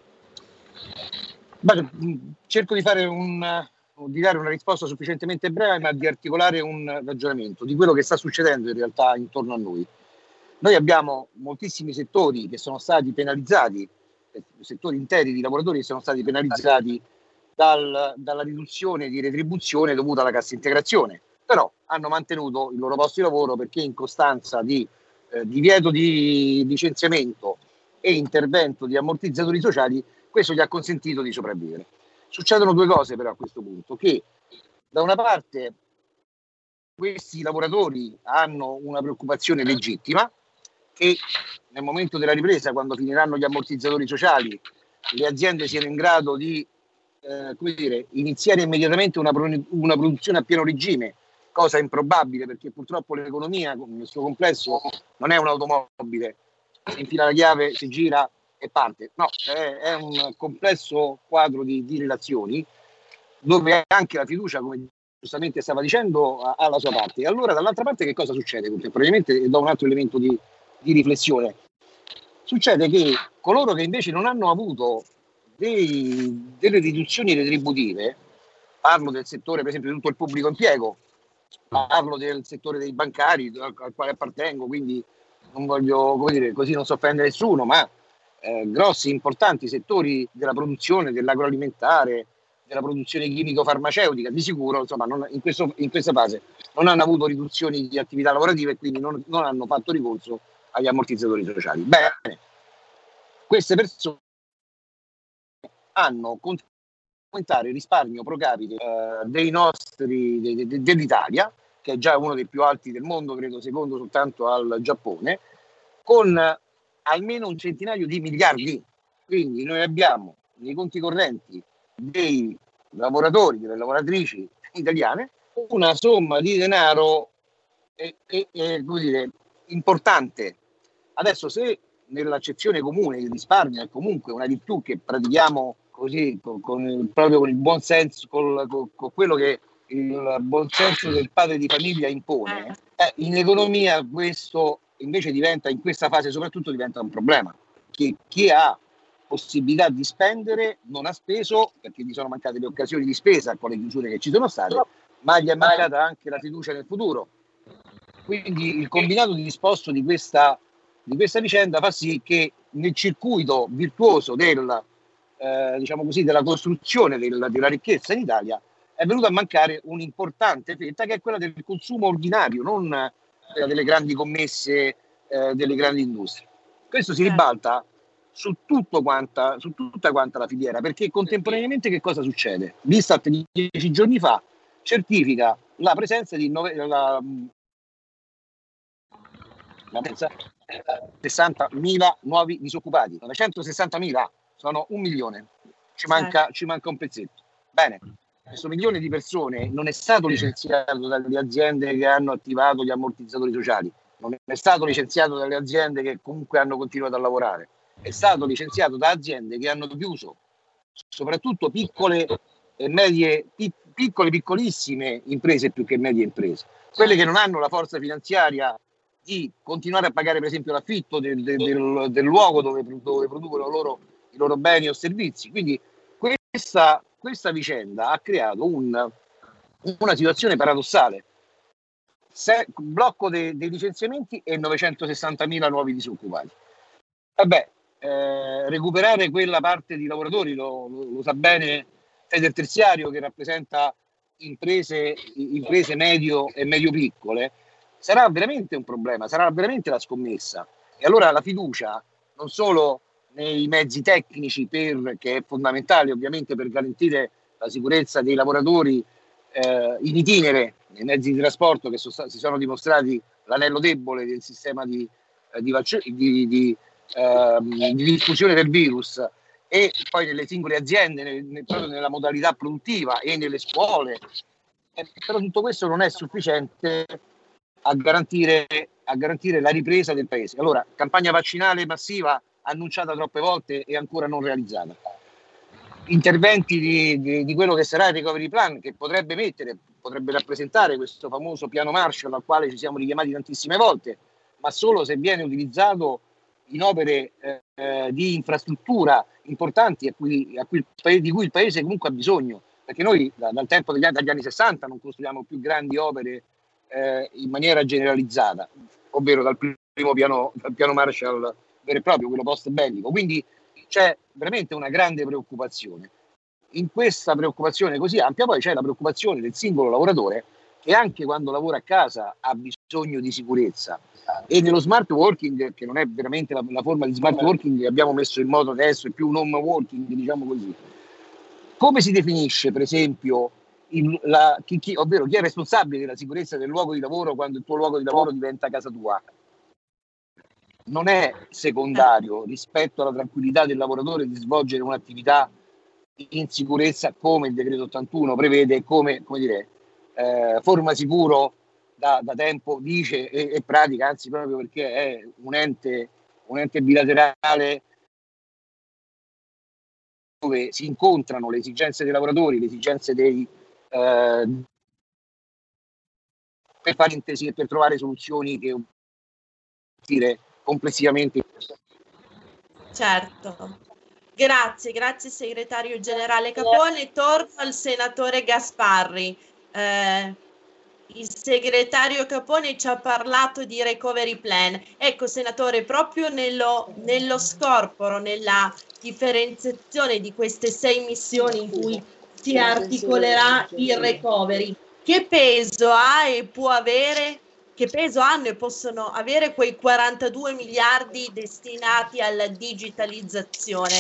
Cerco di dare una risposta sufficientemente breve, ma di articolare un ragionamento di quello che sta succedendo in realtà intorno a noi. Noi abbiamo moltissimi settori che sono stati penalizzati, settori interi di lavoratori che sono stati penalizzati dalla riduzione di retribuzione dovuta alla cassa integrazione, però hanno mantenuto il loro posto di lavoro perché in costanza di divieto di licenziamento e intervento di ammortizzatori sociali, questo gli ha consentito di sopravvivere. Succedono 2 cose però a questo punto, che da una parte questi lavoratori hanno una preoccupazione legittima, che nel momento della ripresa, quando finiranno gli ammortizzatori sociali, le aziende siano in grado di iniziare immediatamente una produzione a pieno regime, cosa improbabile perché purtroppo l'economia nel suo complesso non è un'automobile, si infila la chiave, si gira e parte, no, è un complesso quadro di relazioni dove anche la fiducia, come giustamente stava dicendo, ha la sua parte. E allora dall'altra parte che cosa succede contemporaneamente? Do un altro elemento di riflessione. Succede che coloro che invece non hanno avuto delle riduzioni retributive, parlo del settore per esempio di tutto il pubblico impiego, parlo del settore dei bancari al quale appartengo, quindi non voglio, così non so offendere nessuno, ma grossi importanti settori della produzione, dell'agroalimentare, della produzione chimico-farmaceutica, di sicuro, insomma, in questa fase non hanno avuto riduzioni di attività lavorative e quindi non hanno fatto ricorso agli ammortizzatori sociali. Bene, queste persone hanno continuato a aumentare il risparmio pro capite dell'Italia, che è già uno dei più alti del mondo, credo secondo soltanto al Giappone, con almeno un centinaio di miliardi. Quindi noi abbiamo nei conti correnti dei lavoratori, delle lavoratrici italiane, una somma di denaro come dire, importante. Adesso, se nell'accezione comune il risparmio è comunque una virtù che pratichiamo così proprio con il buon senso, con quello che il buon senso del padre di famiglia impone, in economia questo invece diventa, in questa fase soprattutto, diventa un problema. Chi ha possibilità di spendere non ha speso, perché gli sono mancate le occasioni di spesa con le chiusure che ci sono state, ma gli è mancata anche la fiducia nel futuro. Quindi il combinato disposto di questa vicenda fa sì che nel circuito virtuoso della costruzione della ricchezza in Italia è venuta a mancare un'importante fetta, che è quella del consumo ordinario, non quella delle grandi commesse delle grandi industrie. Questo si ribalta su tutta quanta la filiera, perché contemporaneamente che cosa succede? L'Istat 10 giorni fa certifica la presenza di 60.000 nuovi disoccupati. 960.000 sono 1 milione, ci manca un pezzetto. Bene, questo milione di persone non è stato licenziato dalle aziende che hanno attivato gli ammortizzatori sociali, non è stato licenziato dalle aziende che comunque hanno continuato a lavorare, è stato licenziato da aziende che hanno chiuso, soprattutto piccole e medie, piccolissime imprese più che medie imprese, quelle che non hanno la forza finanziaria di continuare a pagare per esempio l'affitto del luogo dove producono i loro beni o servizi. Quindi questa vicenda ha creato una situazione paradossale: blocco dei licenziamenti e 960.000 nuovi disoccupati. Recuperare quella parte di lavoratori, lo sa bene Federterziario, che rappresenta imprese medio e medio-piccole, sarà veramente un problema, sarà veramente la scommessa. E allora la fiducia, non solo nei mezzi tecnici, che è fondamentale ovviamente per garantire la sicurezza dei lavoratori in itinere, nei mezzi di trasporto che si sono dimostrati l'anello debole del sistema di diffusione del virus, e poi nelle singole aziende, proprio nella modalità produttiva e nelle scuole. Però tutto questo non è sufficiente a garantire la ripresa del paese. Allora, campagna vaccinale massiva annunciata troppe volte e ancora non realizzata. Interventi di quello che sarà il recovery plan, che potrebbe rappresentare questo famoso piano Marshall al quale ci siamo richiamati tantissime volte, ma solo se viene utilizzato in opere di infrastruttura importanti di cui il paese comunque ha bisogno, perché noi dal tempo dagli anni 60 non costruiamo più grandi opere in maniera generalizzata, ovvero dal primo piano Marshall vero e proprio, quello post bellico. Quindi c'è veramente una grande preoccupazione. In questa preoccupazione così ampia poi c'è la preoccupazione del singolo lavoratore, che anche quando lavora a casa ha bisogno di sicurezza. E nello smart working, che non è veramente la forma di smart working che abbiamo messo in moto adesso, è più un home working, diciamo così. Come si definisce, per esempio, ovvero chi è responsabile della sicurezza del luogo di lavoro quando il tuo luogo di lavoro diventa casa tua? Non è secondario rispetto alla tranquillità del lavoratore di svolgere un'attività in sicurezza, come il decreto 81 prevede, come dire, forma sicuro da tempo dice e pratica, anzi proprio perché è un ente bilaterale dove si incontrano le esigenze dei lavoratori, le esigenze per fare intesi e per trovare soluzioni che complessivamente. Certo. Grazie segretario generale Capone. Torno al senatore Gasparri. Il segretario Capone ci ha parlato di recovery plan. Ecco, senatore, proprio nello scorporo, nella differenziazione di queste 6 missioni in cui si articolerà il recovery, che peso ha e può avere? Che peso hanno e possono avere quei 42 miliardi destinati alla digitalizzazione?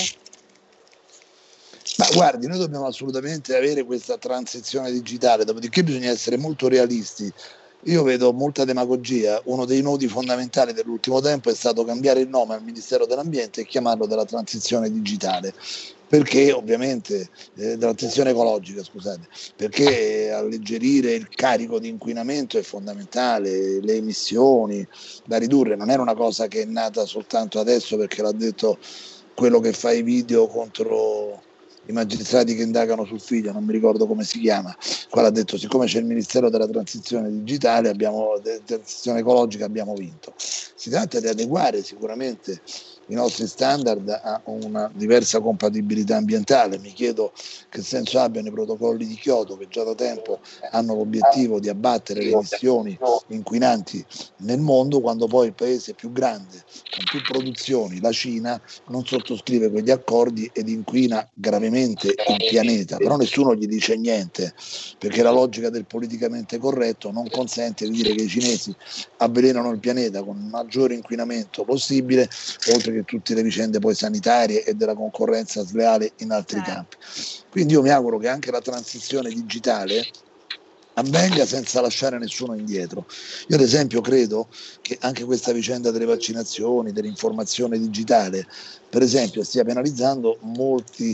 Ma guardi, noi dobbiamo assolutamente avere questa transizione digitale, dopodiché bisogna essere molto realisti. Io vedo molta demagogia. Uno dei nodi fondamentali dell'ultimo tempo è stato cambiare il nome al Ministero dell'Ambiente e chiamarlo della transizione digitale. perché ovviamente della transizione ecologica, scusate, perché alleggerire il carico di inquinamento è fondamentale, le emissioni da ridurre, non era una cosa che è nata soltanto adesso perché l'ha detto quello che fa i video contro i magistrati che indagano sul figlio, non mi ricordo come si chiama, qua l'ha detto, siccome c'è il Ministero della Transizione Digitale, transizione ecologica, abbiamo vinto. Si tratta di adeguare sicuramente i nostri standard a una diversa compatibilità ambientale. Mi chiedo che senso abbiano i protocolli di Kyoto, che già da tempo hanno l'obiettivo di abbattere le emissioni inquinanti nel mondo, quando poi il paese più grande, con più produzioni, la Cina, non sottoscrive quegli accordi ed inquina gravemente il pianeta. Però nessuno gli dice niente, perché la logica del politicamente corretto non consente di dire che i cinesi avvelenano il pianeta con il maggiore inquinamento possibile, oltre che tutte le vicende poi sanitarie e della concorrenza sleale in altri campi. Quindi io mi auguro che anche la transizione digitale avvenga senza lasciare nessuno indietro. Io ad esempio credo che anche questa vicenda delle vaccinazioni, dell'informazione digitale, per esempio, stia penalizzando molti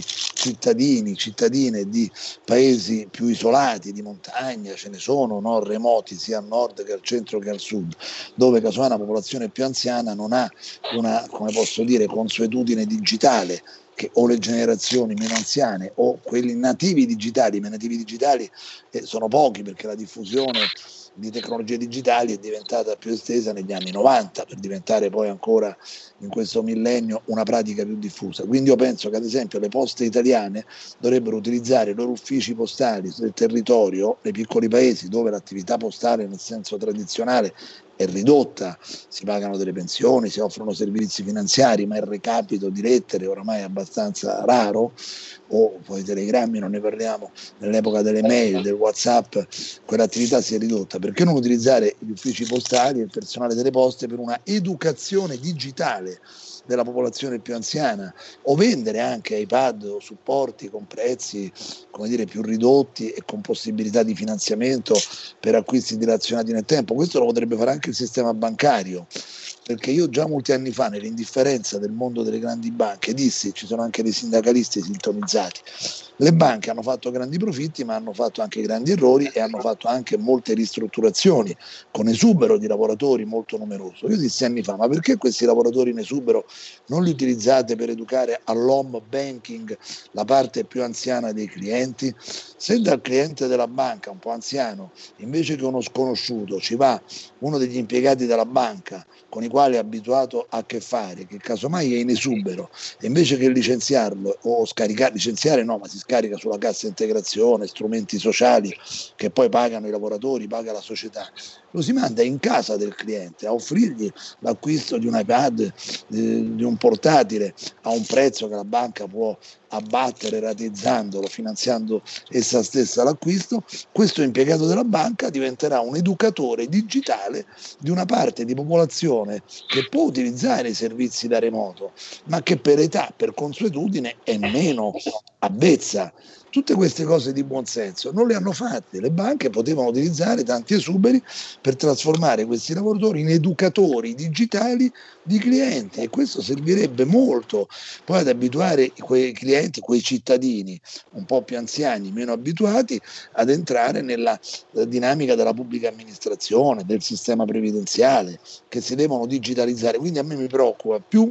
cittadine di paesi più isolati, di montagna, ce ne sono, no? Remoti sia al nord che al centro che al sud, dove casomai una popolazione più anziana non ha una, come posso dire, consuetudine digitale, che o le generazioni meno anziane o quelli nativi digitali, ma nativi digitali sono pochi, perché la diffusione di tecnologie digitali è diventata più estesa negli anni 90 per diventare poi ancora in questo millennio una pratica più diffusa. Quindi io penso che ad esempio le poste italiane dovrebbero utilizzare i loro uffici postali del territorio nei piccoli paesi dove l'attività postale nel senso tradizionale è ridotta, si pagano delle pensioni, si offrono servizi finanziari, ma il recapito di lettere oramai è abbastanza raro, o poi telegrammi non ne parliamo, nell'epoca delle mail, del WhatsApp, quell'attività si è ridotta. Perché non utilizzare gli uffici postali e il personale delle poste per una educazione digitale della popolazione più anziana, o vendere anche iPad o supporti con prezzi, come dire, più ridotti e con possibilità di finanziamento per acquisti dilazionati nel tempo. Questo lo potrebbe fare anche il sistema bancario, perché io già molti anni fa, nell'indifferenza del mondo delle grandi banche, dissi, ci sono anche dei sindacalisti sintonizzati, le banche hanno fatto grandi profitti ma hanno fatto anche grandi errori e hanno fatto anche molte ristrutturazioni con esubero di lavoratori molto numeroso. Io dissi anni fa, ma perché questi lavoratori in esubero non li utilizzate per educare all'home banking la parte più anziana dei clienti? Se dal cliente della banca un po' anziano, invece che uno sconosciuto, ci va uno degli impiegati della banca con i quali è abituato a che fare, che casomai è in esubero, e invece che licenziarlo o licenziare no, ma si scarica sulla cassa integrazione, strumenti sociali che poi pagano i lavoratori, paga la società, lo si manda in casa del cliente a offrirgli l'acquisto di un iPad, di un portatile a un prezzo che la banca può abbattere rateizzandolo, finanziando essa stessa l'acquisto. Questo impiegato della banca diventerà un educatore digitale di una parte di popolazione che può utilizzare i servizi da remoto, ma che per età, per consuetudine è meno avvezza. Tutte queste cose di buonsenso non le hanno fatte. Le banche potevano utilizzare tanti esuberi per trasformare questi lavoratori in educatori digitali di clienti, e questo servirebbe molto poi ad abituare quei clienti, quei cittadini un po' più anziani, meno abituati, ad entrare nella dinamica della pubblica amministrazione, del sistema previdenziale, che si devono digitalizzare. Quindi a me mi preoccupa più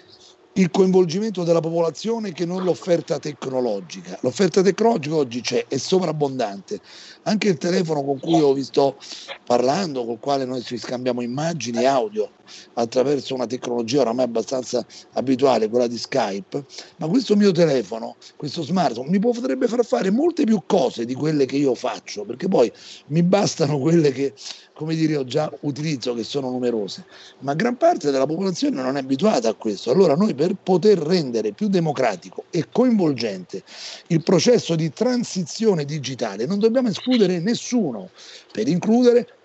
il coinvolgimento della popolazione che non l'offerta tecnologica. L'offerta tecnologica oggi c'è, è sovrabbondante. Anche il telefono con cui io vi sto parlando, col quale noi ci scambiamo immagini e audio attraverso una tecnologia oramai abbastanza abituale, quella di Skype, ma questo mio telefono, questo smartphone, mi potrebbe far fare molte più cose di quelle che io faccio, perché poi mi bastano quelle che, come dire, io già utilizzo, che sono numerose, ma gran parte della popolazione non è abituata a questo. Allora noi, per poter rendere più democratico e coinvolgente il processo di transizione digitale, non dobbiamo escludere nessuno, per includere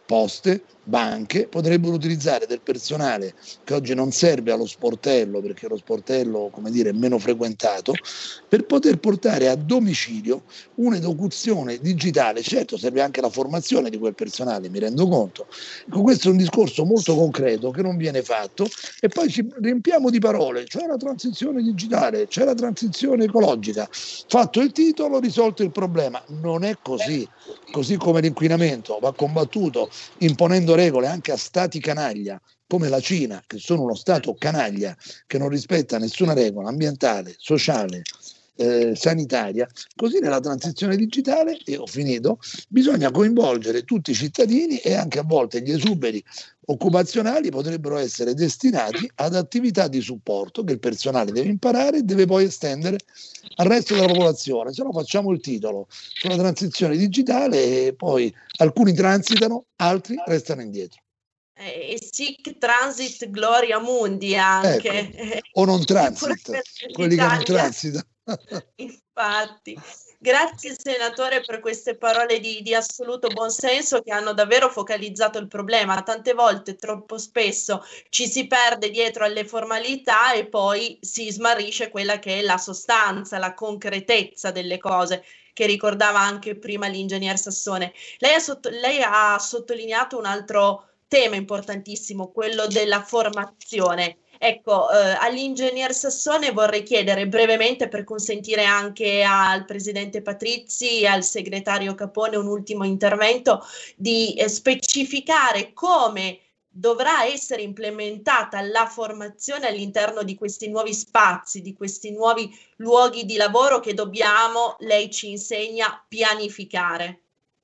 poste, banche potrebbero utilizzare del personale che oggi non serve allo sportello, perché lo sportello, come dire, è meno frequentato, per poter portare a domicilio un'educazione digitale. Certo, serve anche la formazione di quel personale, mi rendo conto. Ecco, questo è un discorso molto concreto che non viene fatto, e poi ci riempiamo di parole: c'è la transizione digitale, c'è la transizione ecologica, fatto il titolo, risolto il problema. Non è così. Così come l'inquinamento va combattuto imponendo regole anche a stati canaglia come la Cina, che sono uno stato canaglia che non rispetta nessuna regola ambientale, sociale, sanitaria, così nella transizione digitale, e ho finito, bisogna coinvolgere tutti i cittadini, e anche a volte gli esuberi occupazionali potrebbero essere destinati ad attività di supporto che il personale deve imparare e deve poi estendere al resto della popolazione. Se no facciamo il titolo sulla transizione digitale e poi alcuni transitano, altri restano indietro. Sic transit gloria mundi anche. Ecco. O non transit, quelli che non transitano. Infatti. Grazie senatore per queste parole di assoluto buonsenso, che hanno davvero focalizzato il problema. Tante volte, troppo spesso, ci si perde dietro alle formalità e poi si smarrisce quella che è la sostanza, la concretezza delle cose, che ricordava anche prima l'ingegner Sassone. Lei ha sottolineato un altro tema importantissimo, quello della formazione. Ecco, all'ingegner Sassone vorrei chiedere brevemente, per consentire anche al presidente Patrizzi e al segretario Capone un ultimo intervento, di specificare come dovrà essere implementata la formazione all'interno di questi nuovi spazi, di questi nuovi luoghi di lavoro che dobbiamo, lei ci insegna, pianificare.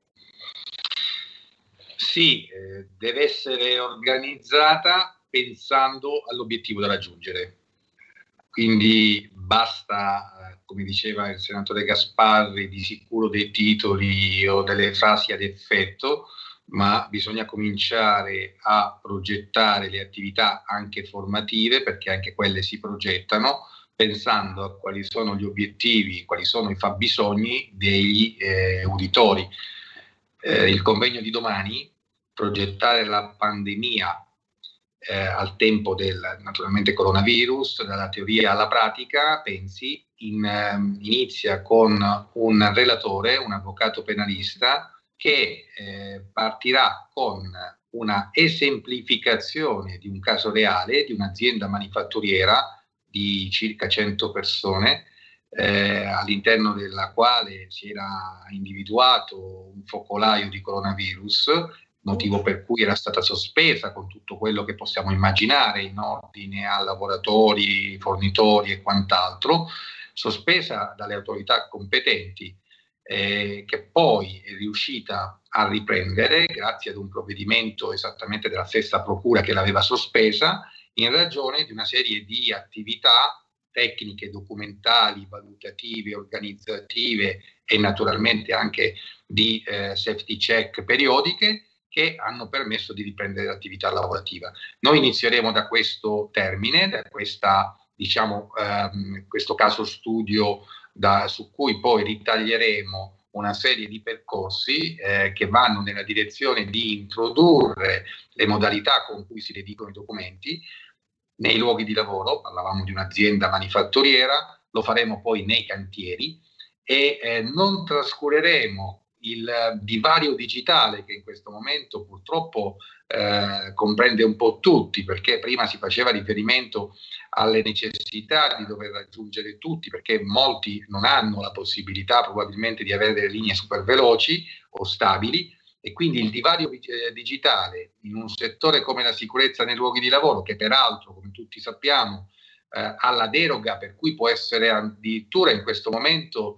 Sì, deve essere organizzata pensando all'obiettivo da raggiungere. Quindi basta, come diceva il senatore Gasparri, di sicuro dei titoli o delle frasi ad effetto, ma bisogna cominciare a progettare le attività anche formative, perché anche quelle si progettano, pensando a quali sono gli obiettivi, quali sono i fabbisogni degli uditori. Il convegno di domani, progettare la pandemia al tempo del naturalmente coronavirus, dalla teoria alla pratica, pensi, inizia con un relatore, un avvocato penalista, che partirà con una esemplificazione di un caso reale di un'azienda manifatturiera di circa 100 persone, all'interno della quale si era individuato un focolaio di coronavirus, motivo per cui era stata sospesa, con tutto quello che possiamo immaginare in ordine a lavoratori, fornitori e quant'altro, sospesa dalle autorità competenti, che poi è riuscita a riprendere grazie ad un provvedimento esattamente della stessa procura che l'aveva sospesa, in ragione di una serie di attività tecniche, documentali, valutative, organizzative e naturalmente anche di safety check periodiche, che hanno permesso di riprendere l'attività lavorativa. Noi inizieremo da questo termine, da questa, questo caso studio su cui poi ritaglieremo una serie di percorsi che vanno nella direzione di introdurre le modalità con cui si redigono i documenti nei luoghi di lavoro. Parlavamo di un'azienda manifatturiera, lo faremo poi nei cantieri, e non trascureremo il divario digitale che in questo momento purtroppo comprende un po' tutti, perché prima si faceva riferimento alle necessità di dover raggiungere tutti, perché molti non hanno la possibilità probabilmente di avere delle linee super veloci o stabili, e quindi il divario digitale in un settore come la sicurezza nei luoghi di lavoro, che peraltro, come tutti sappiamo, ha la deroga per cui può essere addirittura in questo momento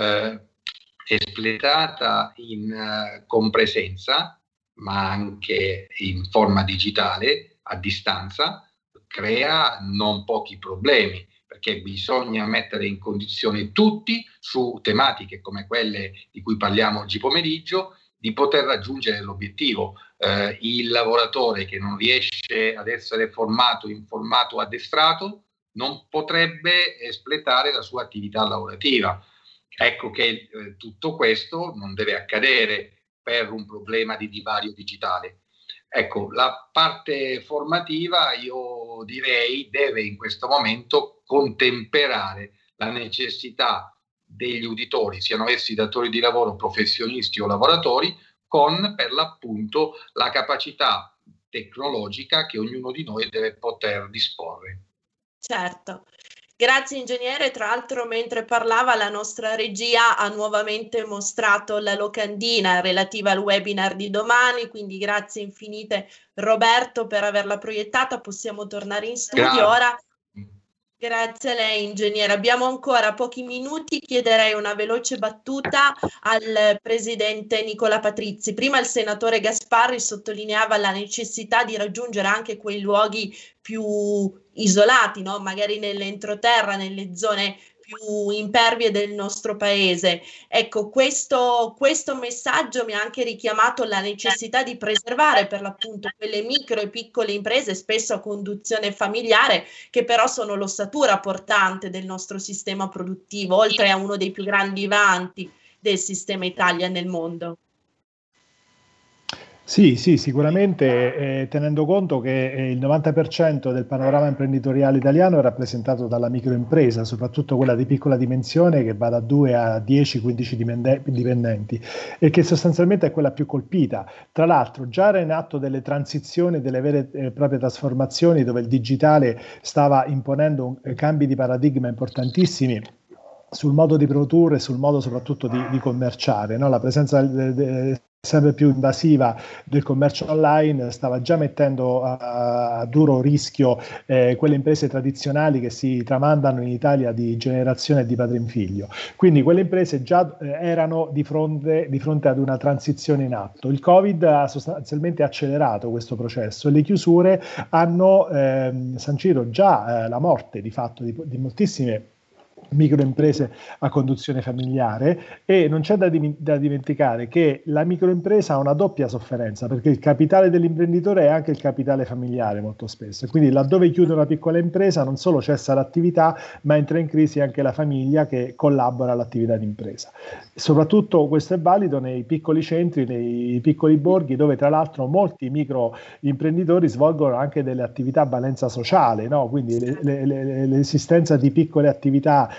espletata con presenza, ma anche in forma digitale, a distanza, crea non pochi problemi, perché bisogna mettere in condizione tutti, su tematiche come quelle di cui parliamo oggi pomeriggio, di poter raggiungere l'obiettivo. Il lavoratore che non riesce ad essere formato, informato, addestrato, non potrebbe espletare la sua attività lavorativa. Ecco che tutto questo non deve accadere per un problema di divario digitale. Ecco, la parte formativa, io direi, deve in questo momento contemperare la necessità degli uditori, siano essi datori di lavoro, professionisti o lavoratori, con per l'appunto la capacità tecnologica che ognuno di noi deve poter disporre. Certo. Grazie ingegnere, tra l'altro mentre parlava la nostra regia ha nuovamente mostrato la locandina relativa al webinar di domani, quindi grazie infinite Roberto per averla proiettata, possiamo tornare in studio ora. Grazie a lei ingegnere, abbiamo ancora pochi minuti, chiederei una veloce battuta al presidente Nicola Patrizzi. Prima il senatore Gasparri sottolineava la necessità di raggiungere anche quei luoghi più isolati, no? Magari nell'entroterra, nelle zone più impervie del nostro paese. Ecco, questo messaggio mi ha anche richiamato la necessità di preservare per l'appunto quelle micro e piccole imprese, spesso a conduzione familiare, che però sono l'ossatura portante del nostro sistema produttivo, oltre a uno dei più grandi vanti del sistema Italia nel mondo. Sì, sicuramente tenendo conto che il 90% del panorama imprenditoriale italiano è rappresentato dalla microimpresa, soprattutto quella di piccola dimensione che va da 2 a 10-15 dipendenti e che sostanzialmente è quella più colpita. Tra l'altro già era in atto delle transizioni, delle vere e proprie trasformazioni dove il digitale stava imponendo cambi di paradigma importantissimi sul modo di produrre, sul modo soprattutto di commerciare, no? La presenza sempre più invasiva del commercio online stava già mettendo a duro rischio quelle imprese tradizionali che si tramandano in Italia di generazione e di padre in figlio. Quindi quelle imprese già erano di fronte ad una transizione in atto. Il Covid ha sostanzialmente accelerato questo processo e le chiusure hanno sancito già la morte di fatto di moltissime microimprese a conduzione familiare, e non c'è da dimenticare che la microimpresa ha una doppia sofferenza, perché il capitale dell'imprenditore è anche il capitale familiare molto spesso, e quindi laddove chiude una piccola impresa non solo cessa l'attività, ma entra in crisi anche la famiglia che collabora all'attività di impresa. Soprattutto questo è valido nei piccoli centri, nei piccoli borghi, dove tra l'altro molti microimprenditori svolgono anche delle attività a valenza sociale, no? Quindi l'esistenza di piccole attività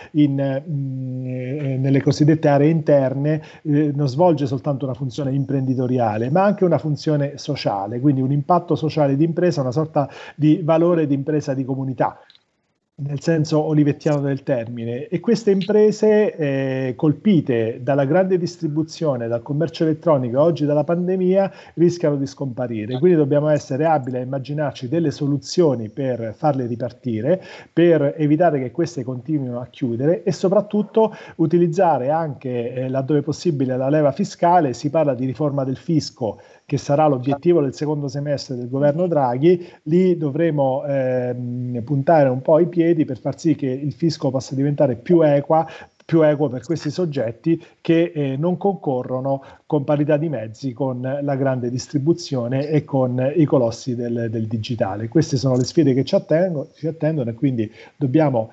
nelle cosiddette aree interne non svolge soltanto una funzione imprenditoriale, ma anche una funzione sociale, quindi un impatto sociale di impresa, una sorta di valore di impresa di comunità, nel senso olivettiano del termine. E queste imprese colpite dalla grande distribuzione, dal commercio elettronico e oggi dalla pandemia rischiano di scomparire, quindi dobbiamo essere abili a immaginarci delle soluzioni per farle ripartire, per evitare che queste continuino a chiudere e soprattutto utilizzare anche laddove possibile la leva fiscale. Si parla di riforma del fisco, che sarà l'obiettivo del secondo semestre del governo Draghi. Lì dovremo puntare un po' i piedi per far sì che il fisco possa diventare più equo per questi soggetti che non concorrono con parità di mezzi con la grande distribuzione e con i colossi del digitale. Queste sono le sfide che ci attendono, e quindi dobbiamo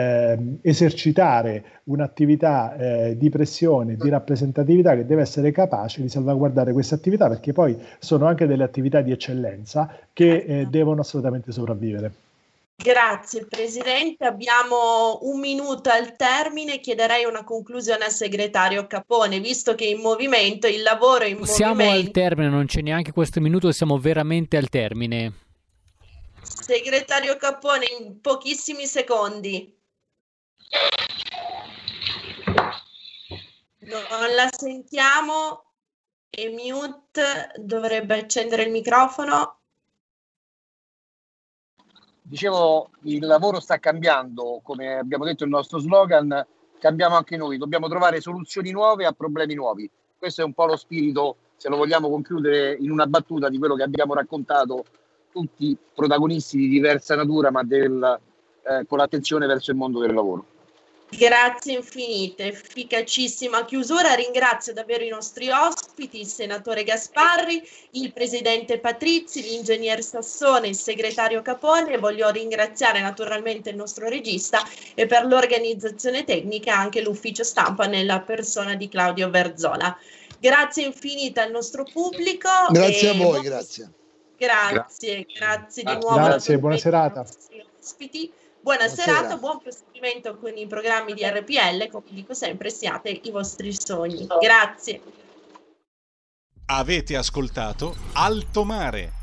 esercitare un'attività di pressione, di rappresentatività, che deve essere capace di salvaguardare queste attività, perché poi sono anche delle attività di eccellenza che devono assolutamente sopravvivere. Grazie Presidente, abbiamo un minuto al termine, chiederei una conclusione al segretario Capone, visto che in movimento, il lavoro è in siamo movimento. Al termine, non c'è neanche questo minuto, siamo veramente al termine. Segretario Capone, in pochissimi secondi. Non la sentiamo. E mute, dovrebbe accendere il microfono. Dicevo, il lavoro sta cambiando, come abbiamo detto il nostro slogan, cambiamo anche noi, dobbiamo trovare soluzioni nuove a problemi nuovi. Questo è un po' lo spirito, se lo vogliamo concludere in una battuta, di quello che abbiamo raccontato tutti protagonisti di diversa natura, ma con l'attenzione verso il mondo del lavoro. Grazie infinite, efficacissima chiusura. Ringrazio davvero i nostri ospiti, il senatore Gasparri, il presidente Patrizzi, l'ingegner Sassone, il segretario Capone. Voglio ringraziare naturalmente il nostro regista e per l'organizzazione tecnica anche l'ufficio stampa nella persona di Claudio Verzola. Grazie infinite al nostro pubblico. Grazie a voi, grazie. Grazie di nuovo. Grazie, buona serata. Buona serata, buon proseguimento con i programmi di RPL, come dico sempre, siate i vostri sogni. Grazie. Avete ascoltato Alto Mare.